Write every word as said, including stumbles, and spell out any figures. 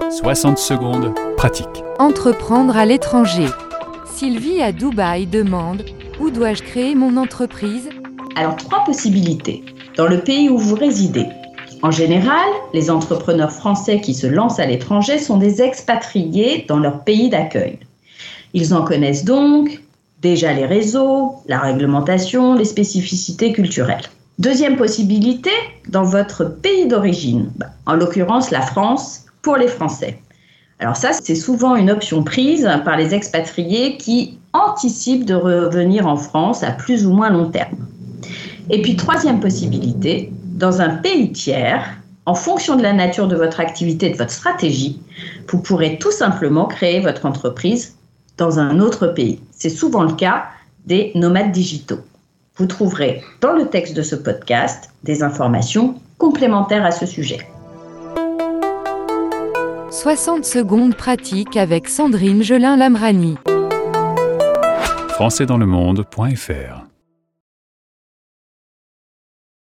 soixante secondes, pratique. Entreprendre à l'étranger. Sylvie à Dubaï demande « Où dois-je créer mon entreprise ?» Alors, trois possibilités. Dans le pays où vous résidez. En général, les entrepreneurs français qui se lancent à l'étranger sont des expatriés dans leur pays d'accueil. Ils en connaissent donc déjà les réseaux, la réglementation, les spécificités culturelles. Deuxième possibilité, dans votre pays d'origine, en l'occurrence la France, pour les Français. Alors ça, c'est souvent une option prise par les expatriés qui anticipent de revenir en France à plus ou moins long terme. Et puis troisième possibilité, dans un pays tiers, en fonction de la nature de votre activité et de votre stratégie, vous pourrez tout simplement créer votre entreprise dans un autre pays. C'est souvent le cas des nomades digitaux. Vous trouverez dans le texte de ce podcast des informations complémentaires à ce sujet. soixante secondes pratique avec Sandrine Gelin-Lamrani. français dans le monde point f r